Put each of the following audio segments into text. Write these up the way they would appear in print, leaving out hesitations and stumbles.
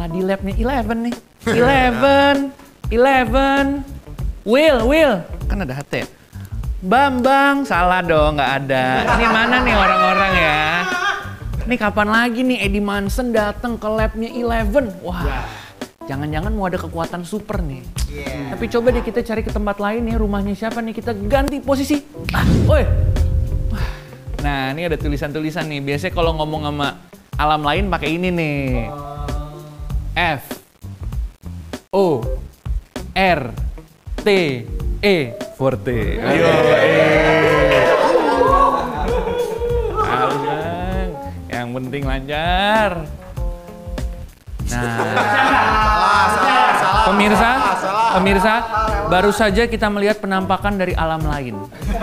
Malah di labnya Eleven nih. Eleven. Will. Kan ada HT. Bambang, salah dong, nggak ada. Ini mana nih orang-orang ya? Ini kapan lagi nih Eddie Munson datang ke labnya Eleven? Wah, jangan-jangan mau ada kekuatan super nih. Tapi coba deh kita cari ke tempat lain ya, rumahnya siapa nih, kita ganti posisi. Nah, ini ada tulisan-tulisan nih. Biasanya kalau ngomong sama alam lain pakai ini nih. F O R T E Forte. Ayo. Abang, yang penting lancar. Nah, pemirsa, baru saja kita melihat penampakan dari alam lain.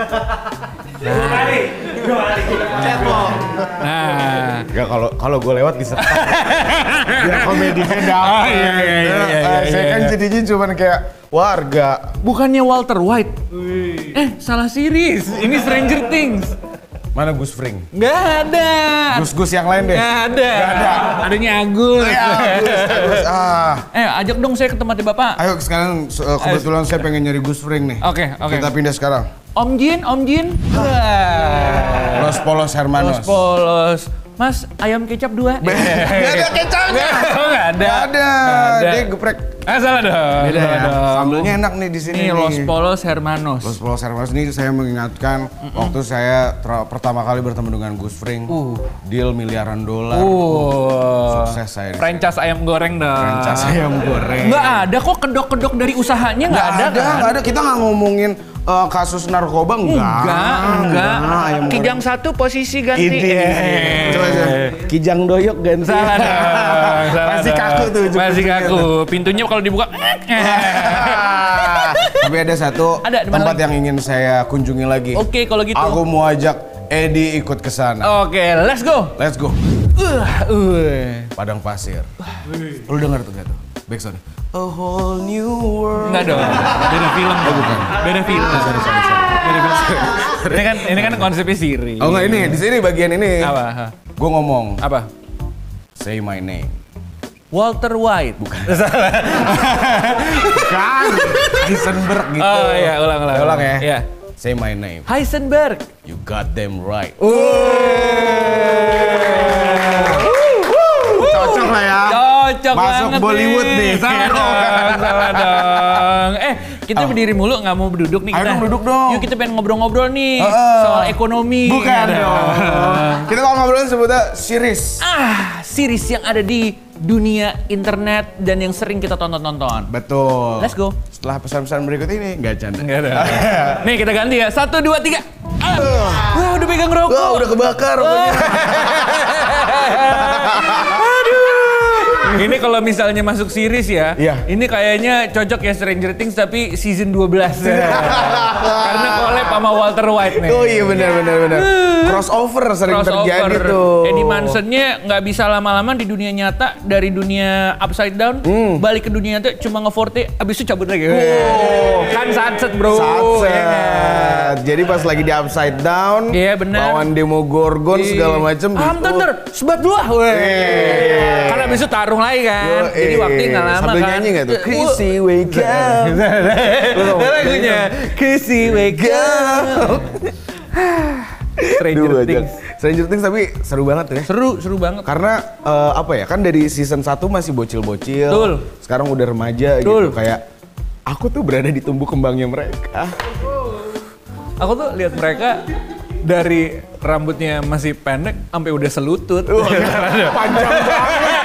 Nah, enggak kalau gue lewat bisa. Biar komedinya dapat. Saya kan jadinya cuman kayak warga. Bukannya Walter White. Salah series. Ini Stranger Things. Mana Gus Fring? Nggak ada. Gus yang lain deh. Nggak ada. Adanya Agus. Agus. Ajak dong saya ke tempatnya Bapak. Ayo sekarang kebetulan saya pengen nyari Gus Fring nih. Oke. Kita pindah sekarang. Om Jin. Los Polos Hermanos. Los Polos. Mas, ayam kecap 2. Nggak ada kecapnya. Nggak ada. Dia geprek. Salah dong. Beda ya. Sambelnya enak nih di sini. Ini Los Polos Hermanos. Los Polos Hermanos ini saya mengingatkan waktu saya pertama kali bertemu dengan Gus Fring. Deal miliaran dolar. Sukses saya. Franchise ayam goreng dong. Franchise ayam goreng. Nggak ada kok kedok-kedok dari usahanya nggak ada. Nggak ada. Kita nggak ngomongin kasus narkoba enggak. Kijang 1 posisi ganti. Coba. Kijang doyok ganti. Salah dong. Masih kaku tuh. Masih kaku. Pintunya kalau dibuka. Tapi ada satu tempat yang ingin saya kunjungi lagi. Oke, kalau gitu. Aku mau ajak Edi ikut ke sana. Oke, let's go. Padang pasir. Lu denger tuh gak tuh? Backsound. A whole new world. Enggak dong. Beda film. Bukan. Beda film. Sorry. Ini kan konsepnya Siri. Oh enggak, ini di sini bagian ini. Apa? Gue ngomong. Apa? Say my name. Walter White. Bukan. Heisenberg gitu. Oh iya, ulang ya. Iya. Say my name. Heisenberg. You got them right. Cocok lah ya. Cocok masuk banget Bollywood nih. Salah dong. Kita berdiri mulu nggak mau duduk nih. Ayo duduk dong. Yuk kita pengen ngobrol-ngobrol nih soal ekonomi. Bukan dong. Kita kalau ngobrolin sebutnya series. Series yang ada di dunia internet dan yang sering kita tonton-tonton. Betul. Let's go. Setelah pesan-pesan berikut ini nggak canda. Nggak ada. Nih kita ganti ya. 1, 2, 3. Wah udah pegang rokok. Wah udah kebakar rokoknya. Ini kalau misalnya masuk series ya, ini kayaknya cocok ya Stranger Things tapi season 12. Karena collab sama Walter White nih. Oh iya benar. Crossover sering terjadi tuh. Eddie Munson-nya nggak bisa lama-lama di dunia nyata, dari dunia Upside Down, balik ke dunia nyata cuma nge-forte, abis itu cabut lagi. Kan sunset bro. Sunset. Jadi pas lagi di Upside Down, lawan Demogorgon segala macem. Thunder, sebat dua. Karena abis itu tarung lagi kan. Jadi waktu nggak lama kan. Sambil nyanyi nggak tuh? Chrissy wake up. Lagunya Chrissy wake up. Stranger Things tapi seru banget ya. Seru banget. Karena apa ya? Kan dari season 1 masih bocil-bocil. Betul. Sekarang udah remaja gitu. Kayak aku tuh berada di tumbuh kembangnya mereka. Aku tuh lihat mereka dari rambutnya masih pendek sampai udah selutut. Panjang banget.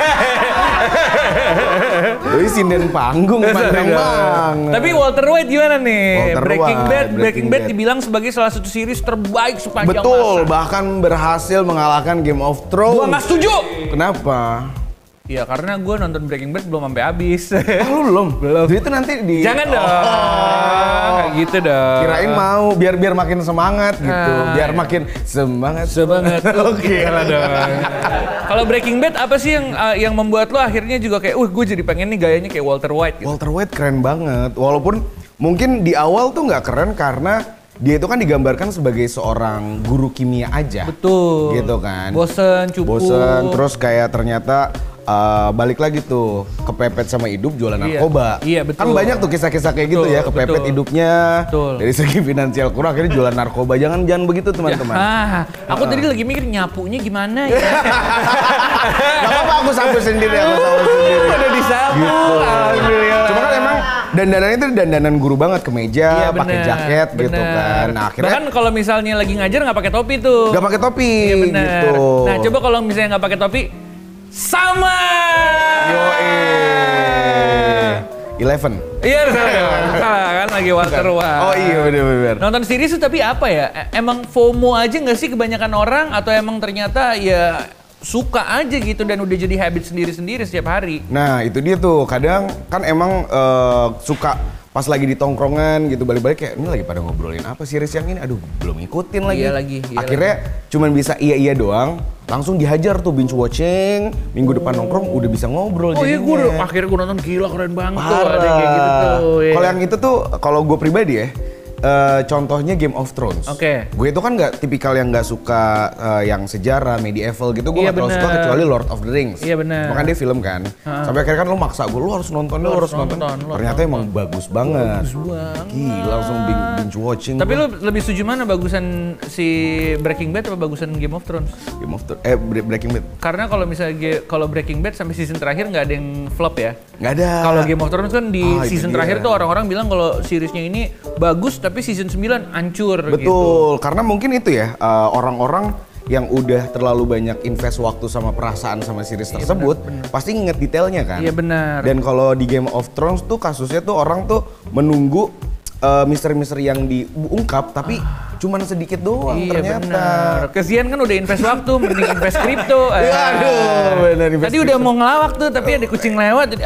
Itu sinden panggung panjang banget. Tapi Walter White gimana nih? Walter Breaking Bad dibilang sebagai salah satu series terbaik sepanjang Betul, masa. bahkan berhasil mengalahkan Game of Thrones. Gua nggak setuju. Kenapa? Ya karena gue nonton Breaking Bad belum sampai habis. Lu belum? Jadi itu nanti di... Jangan dong, kayak gitu dong. Kirain mau, biar makin semangat gitu. Biar makin semangat. Oke. Kalau Breaking Bad apa sih yang membuat lo akhirnya juga kayak, gue jadi pengen nih gayanya kayak Walter White gitu. Walter White keren banget. Walaupun mungkin di awal tuh nggak keren karena dia itu kan digambarkan sebagai seorang guru kimia aja. Betul. Gitu kan. Bosen, cupu. Bosen, terus kayak ternyata balik lagi tuh kepepet sama hidup jualan narkoba. Iya, betul. Kan banyak tuh kisah-kisah kayak gitu ya, kepepet hidupnya. Betul. Dari segi finansial kurang akhirnya jualan narkoba. Jangan begitu teman-teman. Aku tadi lagi mikir nyapunya gimana ya. Gak apa-apa aku sapu sendiri. Udah disapu. Gitu. Alhamdulillah. Cuma kan emang dandanan itu dandanan guru banget, kemeja, pakai jaket gitu kan. Nah akhirnya bahkan kalau misalnya lagi ngajar nggak pakai topi tuh. Gak pakai topi. Iya bener. Gitu. Nah coba kalau misalnya nggak pakai topi, sama. Eleven. Iya salah kan lagi Walter White. Oh iya bener. Nonton series itu tapi apa ya? Emang FOMO aja nggak sih kebanyakan orang atau emang ternyata ya suka aja gitu dan udah jadi habit sendiri-sendiri setiap hari? Nah itu dia tuh, kadang kan emang suka pas lagi di tongkrongan gitu balik-balik kayak ini lagi pada ngobrolin apa series yang ini, aduh belum ngikutin lagi. Iya lagi. Akhirnya cuman bisa iya doang, langsung dihajar tuh binge watching, minggu depan nongkrong udah bisa ngobrol. Oh iya akhirnya gue nonton gila keren banget tuh, ada kayak gitu tuh. Iya. Kalau yang itu tuh kalau gue pribadi ya, contohnya Game of Thrones. Oke. Gue itu kan nggak tipikal yang nggak suka yang sejarah, medieval gitu. Gue nggak terlalu suka kecuali Lord of the Rings. Iya benar. Makanya dia film kan. Sampai akhirnya kan lo maksa gue, lo harus nonton. Ternyata emang bagus banget. Gila, langsung binge watching. Tapi lo lebih setuju mana, bagusan si Breaking Bad atau bagusan Game of Thrones? Breaking Bad. Karena kalau misalnya kalau Breaking Bad sampai season terakhir nggak ada yang flop ya. Nggak ada. Kalau Game of Thrones kan di season terakhir tuh orang-orang bilang kalau seriesnya ini bagus tapi season 9 hancur. Betul, gitu. Karena mungkin itu ya orang-orang yang udah terlalu banyak invest waktu sama perasaan sama series tersebut, bener. Pasti inget detailnya kan. Iya benar. Dan kalau di Game of Thrones tuh kasusnya tuh orang tuh menunggu misteri-misteri yang diungkap tapi cuman sedikit doang ternyata. Bener. Kesian kan udah invest waktu, mending invest kripto. Bener. Tadi udah mau ngelawak tuh tapi ada kucing lewat.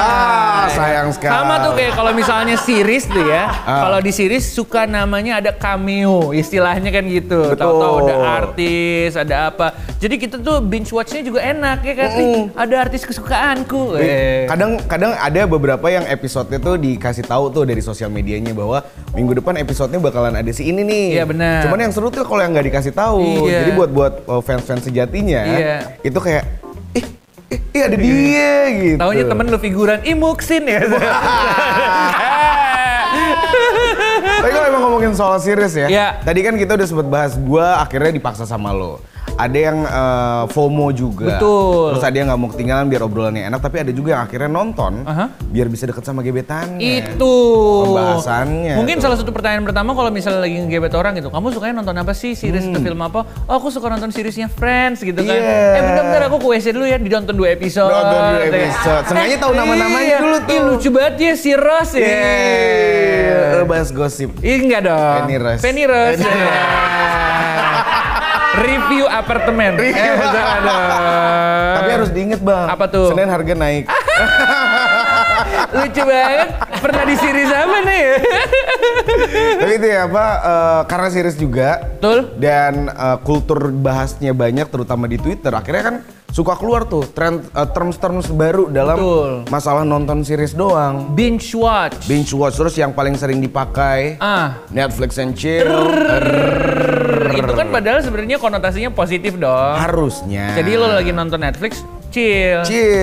Sayang sekali. Sama tuh kayak kalau misalnya series tuh ya. Kalau di series suka namanya ada cameo, istilahnya kan gitu. Tahu-tahu ada artis, ada apa. Jadi kita tuh binge watch-nya juga enak ya kan. Ada artis kesukaanku. Kadang ada beberapa yang episode-nya tuh dikasih tahu tuh dari sosial medianya bahwa minggu depan episode-nya bakalan ada si ini nih. Iya benar. Cuman yang seru tuh kalau yang nggak dikasih tahu. Iya. Jadi buat fans-fans sejatinya itu kayak ada dia gitu. Taunya temen lu figuran Muksin ya. Tapi kalau emang ngomongin soal series ya, tadi kan kita udah sempet bahas, gua akhirnya dipaksa sama lo. Ada yang FOMO juga. Betul. Terus ada yang nggak mau ketinggalan biar obrolannya enak, tapi ada juga yang akhirnya nonton biar bisa deket sama gebetannya. Itu pembahasannya. Mungkin salah satu pertanyaan pertama kalau misalnya lagi ngegebet orang gitu, kamu sukanya nonton apa sih, series atau film apa? Oh aku suka nonton seriesnya Friends gitu kan. Bentar aku ke WC dulu ya, ditonton 2 episode. Sengaja tahu nama-namanya dulu tuh. Lucu banget ya si Ross ya. Bahas gosip. Enggak dong. Penny Ross. Review apartemen. Tapi harus diinget bang. Apa tuh? Senin harga naik. Lucu banget. Pernah di series apa nih? Tapi itu ya karena series juga. Betul. Dan kultur bahasnya banyak terutama di Twitter. Akhirnya kan suka keluar tuh terms baru dalam masalah nonton series doang. Binge watch terus yang paling sering dipakai Netflix and chill. Itu kan padahal sebenarnya konotasinya positif dong. Harusnya. Jadi lo lagi nonton Netflix, chill.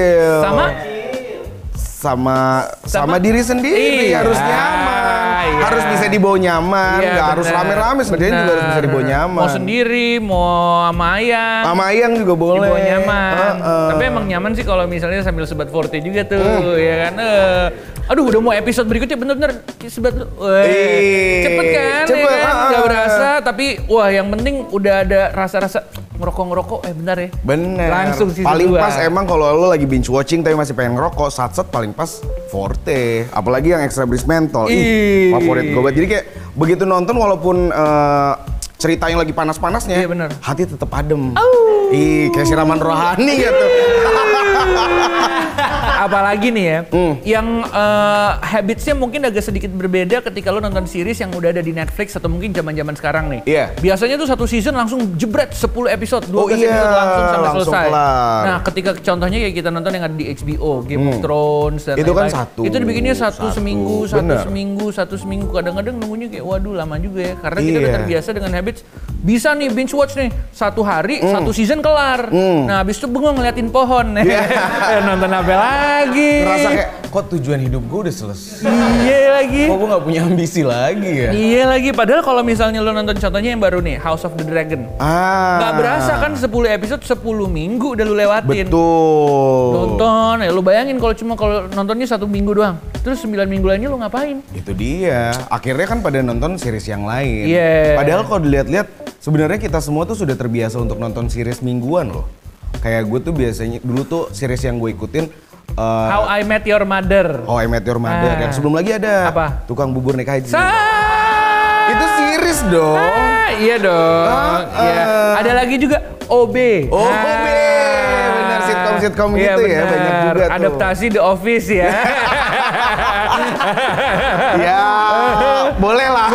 Sama diri sendiri harus nyaman. Harus bisa dibawa nyaman, nggak harus rame-rame, sebenarnya juga harus bisa dibawa nyaman. Mau sendiri, mau sama ayang. Sama ayang juga boleh. Dibawa nyaman. Tapi emang nyaman sih kalau misalnya sambil sebat forte juga tuh, ya kan. Aduh udah mau episode berikutnya bener-bener sebat lu. Cepet kan, ya kan? Gak berasa, tapi wah yang penting udah ada rasa-rasa ngerokok bentar ya. Bener. Langsung season paling 2. pas emang kalau lo lagi binge watching tapi masih pengen ngerokok, satset paling pas Forte. Apalagi yang extra bris mentol. Favorit gue banget. Jadi kayak begitu nonton walaupun cerita yang lagi panas-panasnya, hati tetap adem. Kayak siraman rohani gitu. Apalagi nih ya, yang habitsnya mungkin agak sedikit berbeda ketika lo nonton series yang udah ada di Netflix atau mungkin zaman-zaman sekarang nih. Biasanya tuh satu season langsung jebret 10 episode, 12 episode langsung sampai selesai. Nah, ketika contohnya kayak kita nonton yang ada di HBO, Game of Thrones dan itu kan lain-lain. Itu dibikinnya satu seminggu. Kadang-kadang nunggunya kayak waduh lama juga ya. Karena kita udah terbiasa dengan habits bisa nih binge watch nih 1 hari 1 season kelar. Nah habis itu bengong ngeliatin pohon. Nonton apa lagi? Ngerasa kayak kok tujuan hidup gue udah selesai. Iya lagi. Kok gue gak punya ambisi lagi ya? Iya lagi, padahal kalau misalnya lo nonton contohnya yang baru nih, House of the Dragon. Gak berasa kan 10 episode 10 minggu udah lu lewatin. Betul. Nonton, ya lu bayangin kalau nontonnya 1 minggu doang. Terus 9 minggu lainnya lu ngapain? Itu dia. Akhirnya kan pada nonton series yang lain. Iya. Padahal kalau dilihat-lihat sebenarnya kita semua tuh sudah terbiasa untuk nonton series mingguan loh. Kayak gue tuh biasanya dulu tuh series yang gue ikutin How I Met Your Mother. Oh, I Met Your Mother. Yang sebelum lagi ada apa? Tukang Bubur Naik Haji. Itu series dong. Iya dong. Iya. Ada lagi juga OB. OB. Benar, sitcom gitu ya, banyak juga tuh. Adaptasi The Office ya. Ya, boleh lah.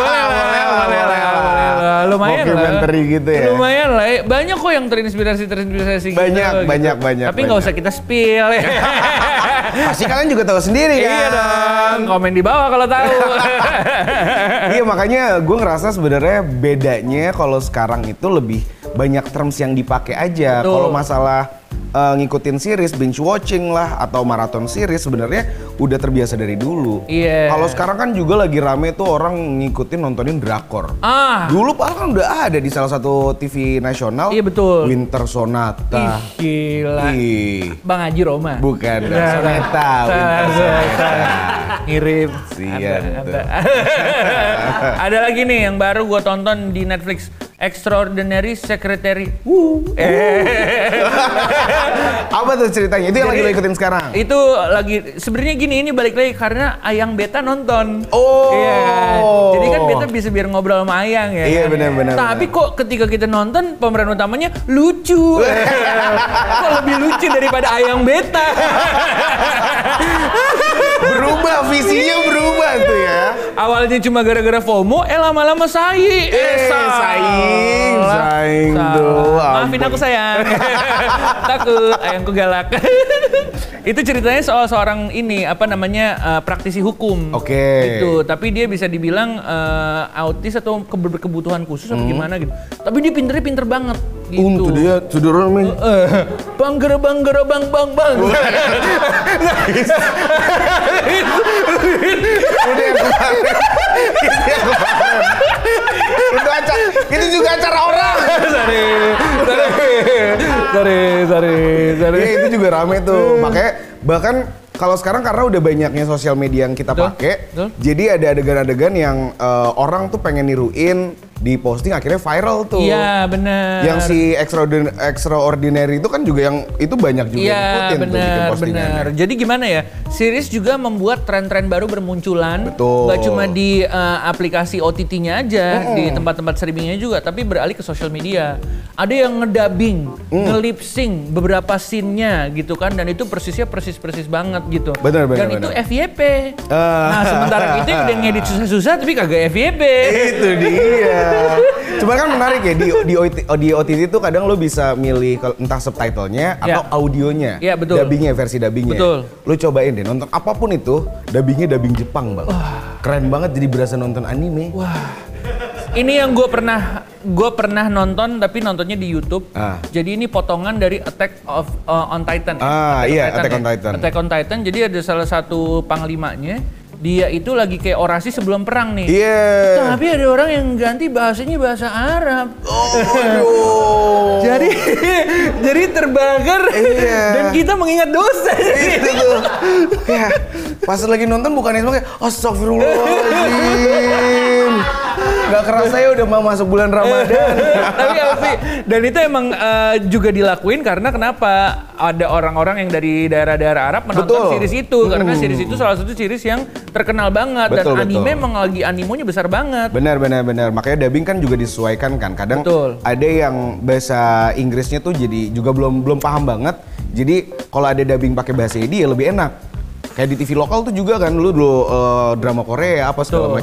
Lumayan lah. Documentary gitu ya. Lumayan lah. Banyak kok yang terinspirasi Banyak. Tapi nggak usah kita spill ya. Pasti kalian juga tahu sendiri kan? Iya dong. Komen di bawah kalau tahu. Iya, makanya gue ngerasa sebenarnya bedanya kalau sekarang itu lebih banyak terms yang dipakai aja. Kalau masalah ngikutin series, binge watching lah atau maraton series sebenarnya udah terbiasa dari dulu. Iya. Kalau sekarang kan juga lagi rame tuh orang ngikutin nontonin drakor. Dulu padahal kan udah ada di salah satu TV nasional. Iya betul. Winter Sonata. Gila. Bang Haji Roma. Bukan. Sonata. Winter Sonata. Ngirim. Sian. Ada lagi nih yang baru gue tonton di Netflix. Extraordinary Secretary. Apa tuh ceritanya? Itu yang lagi lo ikutin sekarang? Itu lagi, sebenarnya gini, ini balik lagi karena Ayang Beta nonton. Iya. Jadi kan Beta bisa biar ngobrol sama Ayang ya. Iya benar. Tapi kok ketika kita nonton pemeran utamanya lucu. Kok lebih lucu daripada Ayang Beta. Berubah, visinya berubah tuh ya. Awalnya cuma gara-gara FOMO, lama-lama saing doang. Maafin aku sayang. Takut ayangku galak. Itu ceritanya soal seorang ini praktisi hukum. Gitu. Tapi dia bisa dibilang autis atau berkebutuhan khusus atau gimana gitu. Tapi dia pinter banget gitu. Untuk dia sederhana men. Bang. Itu juga acara orang. Sorry. Ya, itu juga rame tuh. Makanya bahkan kalau sekarang karena udah banyaknya sosial media yang kita pakai, jadi ada adegan-adegan yang orang tuh pengen niruin, di posting akhirnya viral tuh. Iya benar. Yang si Extraordinary itu kan juga yang itu banyak juga yang ikutin tuh bikin postingannya. Jadi gimana ya, series juga membuat tren-tren baru bermunculan. Betul. Gak cuma di aplikasi OTT-nya aja, di tempat-tempat streamingnya juga, tapi beralih ke sosial media. Ada yang ngedubing, nge-lip-sync beberapa scene-nya gitu kan, dan itu persisnya persis banget gitu. Benar. Dan itu FYP. Nah sementara kita udah ngedit susah-susah tapi kagak FYP. Itu dia. Cuman kan menarik ya, di OTT itu kadang lo bisa milih entah subtitlenya atau audionya. Iya betul. Versi dubbingnya. Betul. Lo cobain deh nonton apapun itu, dubbingnya dubbing Jepang bang. Keren banget, jadi berasa nonton anime. Wah. Ini yang gue pernah nonton tapi nontonnya di YouTube. Jadi ini potongan dari Attack on Titan. Attack on Titan. Jadi ada salah satu panglimanya. Dia itu lagi kayak orasi sebelum perang nih. Tapi ada orang yang ganti bahasanya bahasa Arab. Jadi terbakar dan kita mengingat dosa. Ya, pas lagi nonton bukannya kayak astagfirullahaladzim. Gak kerasa ya udah mau masuk bulan Ramadan. Tapi dan itu emang juga dilakuin karena kenapa? Ada orang-orang yang dari daerah-daerah Arab menonton series itu. Karena series itu salah satu series yang terkenal banget. Dan anime emang lagi animonya besar banget. Benar. Makanya dubbing kan juga disesuaikan kan. Kadang ada yang bahasa Inggrisnya tuh jadi juga belum paham banget. Jadi kalau ada dubbing pakai bahasa dia lebih enak. Kayak di TV lokal tuh juga kan dulu drama Korea apa segala macem.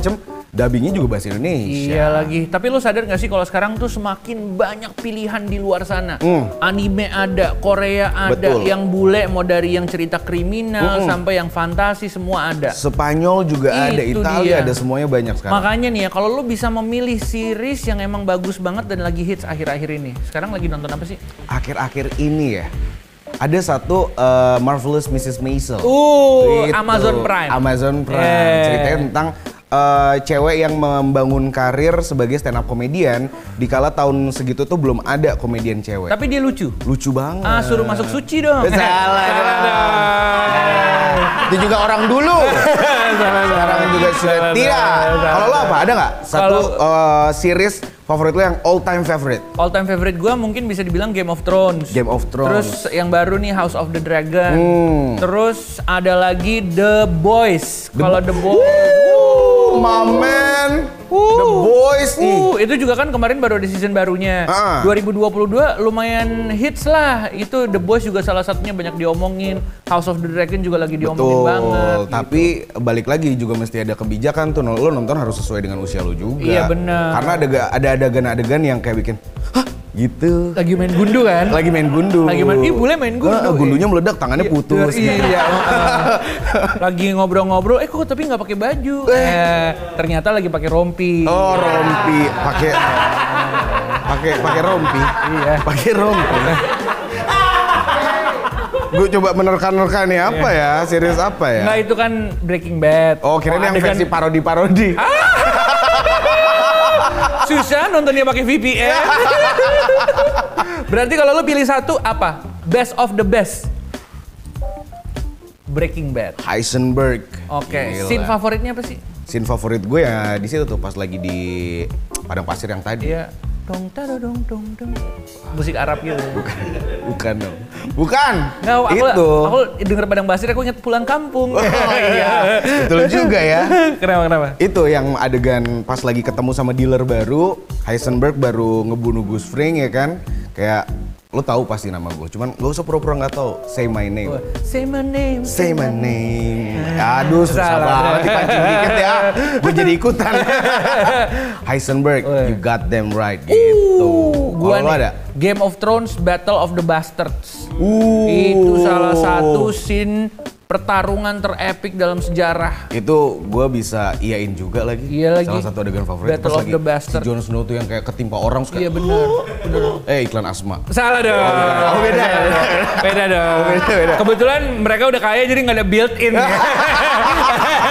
dubbingnya juga bahasa Indonesia. Iya lagi. Tapi lu sadar gak sih kalau sekarang tuh semakin banyak pilihan di luar sana. Anime ada, Korea ada, Betul. yang bule mau dari yang cerita kriminal sampai yang fantasi semua ada. Spanyol juga ada, Itu Italia dia. ada, semuanya banyak sekarang. Makanya nih ya, kalau lu bisa memilih series yang emang bagus banget dan lagi hits akhir-akhir ini. Sekarang lagi nonton apa sih? Akhir-akhir ini ya, ada satu Marvelous Mrs. Maisel. Itu. Amazon Prime. Amazon Prime. Ceritanya tentang cewek yang membangun karir sebagai stand up komedian di kala tahun segitu tuh belum ada komedian cewek. Tapi dia lucu. Lucu banget. Suruh masuk suci dong. Salah dong. Itu juga orang dulu. Sekarang juga sudah tidak. Kalau lo apa? Ada nggak satu series favorit lo yang all time favorite? All time favorite gue mungkin bisa dibilang Game of Thrones. Game of Thrones. Terus yang baru nih House of the Dragon. Terus ada lagi The Boys. Kalau The Boys. My man, The Boys nih. Itu juga kan kemarin baru ada season barunya. 2022 lumayan hits lah. Itu The Boys juga salah satunya banyak diomongin. House of the Dragon juga lagi diomongin banget. Tapi balik lagi juga mesti ada kebijakan tuh. Lo nonton harus sesuai dengan usia lo juga. Iya benar. Karena ada adegan-adegan yang kayak bikin, hah gitu. Lagi main gundu kan? Lagi main gundu. Bule main gundu. Gundunya meledak, tangannya putus. Iya. Lagi ngobrol-ngobrol, kok tapi nggak pakai baju. Ternyata lagi pakai rompi. Oh, rompi. Pakai rompi. Iya. Pakai rompi. Gue coba menerka-nerka nih apa ya, series apa ya? Nggak, itu kan Breaking Bad. Oh, kirain yang versi parodi-parodi. Susah nontonnya pakai VPN. Berarti kalau lu pilih satu apa? Best of the best. Breaking Bad. Heisenberg. Oke. Gila. Scene favoritnya apa sih? Scene favorit gue ya di situ tuh pas lagi di padang pasir yang tadi. Iya. Dong dong dong dong. Musik Arab gitu. Bukan dong. Bukan. Nggak, Itu. aku denger padang pasir aku inget pulang kampung. Oh iya. Betul juga ya. Kenapa? Itu yang adegan pas lagi ketemu sama dealer baru, Heisenberg baru ngebunuh Gus Fring ya kan. Kayak lo tahu pasti nama gue, cuman gak usah pura-pura nggak tahu. Say my name. Say my name. Say my name. Aduh, susah banget dipancing dikit ya. Gue jadi ikutan. Heisenberg, you got them right gitu. Gua Kalau lo nih, ada? Game of Thrones Battle of the Bastards. Itu salah satu scene pertarungan terepik dalam sejarah. Itu gue bisa iyain juga lagi. Iya lagi. Salah satu adegan favorit. Battle Pas of lagi the Bastard. Si Jon Snow tuh yang kayak ketimpa orang. Iya benar. Iklan Asma. Salah dong. Oh beda. Beda dong. Beda. Kebetulan mereka udah kaya jadi nggak ada built-in.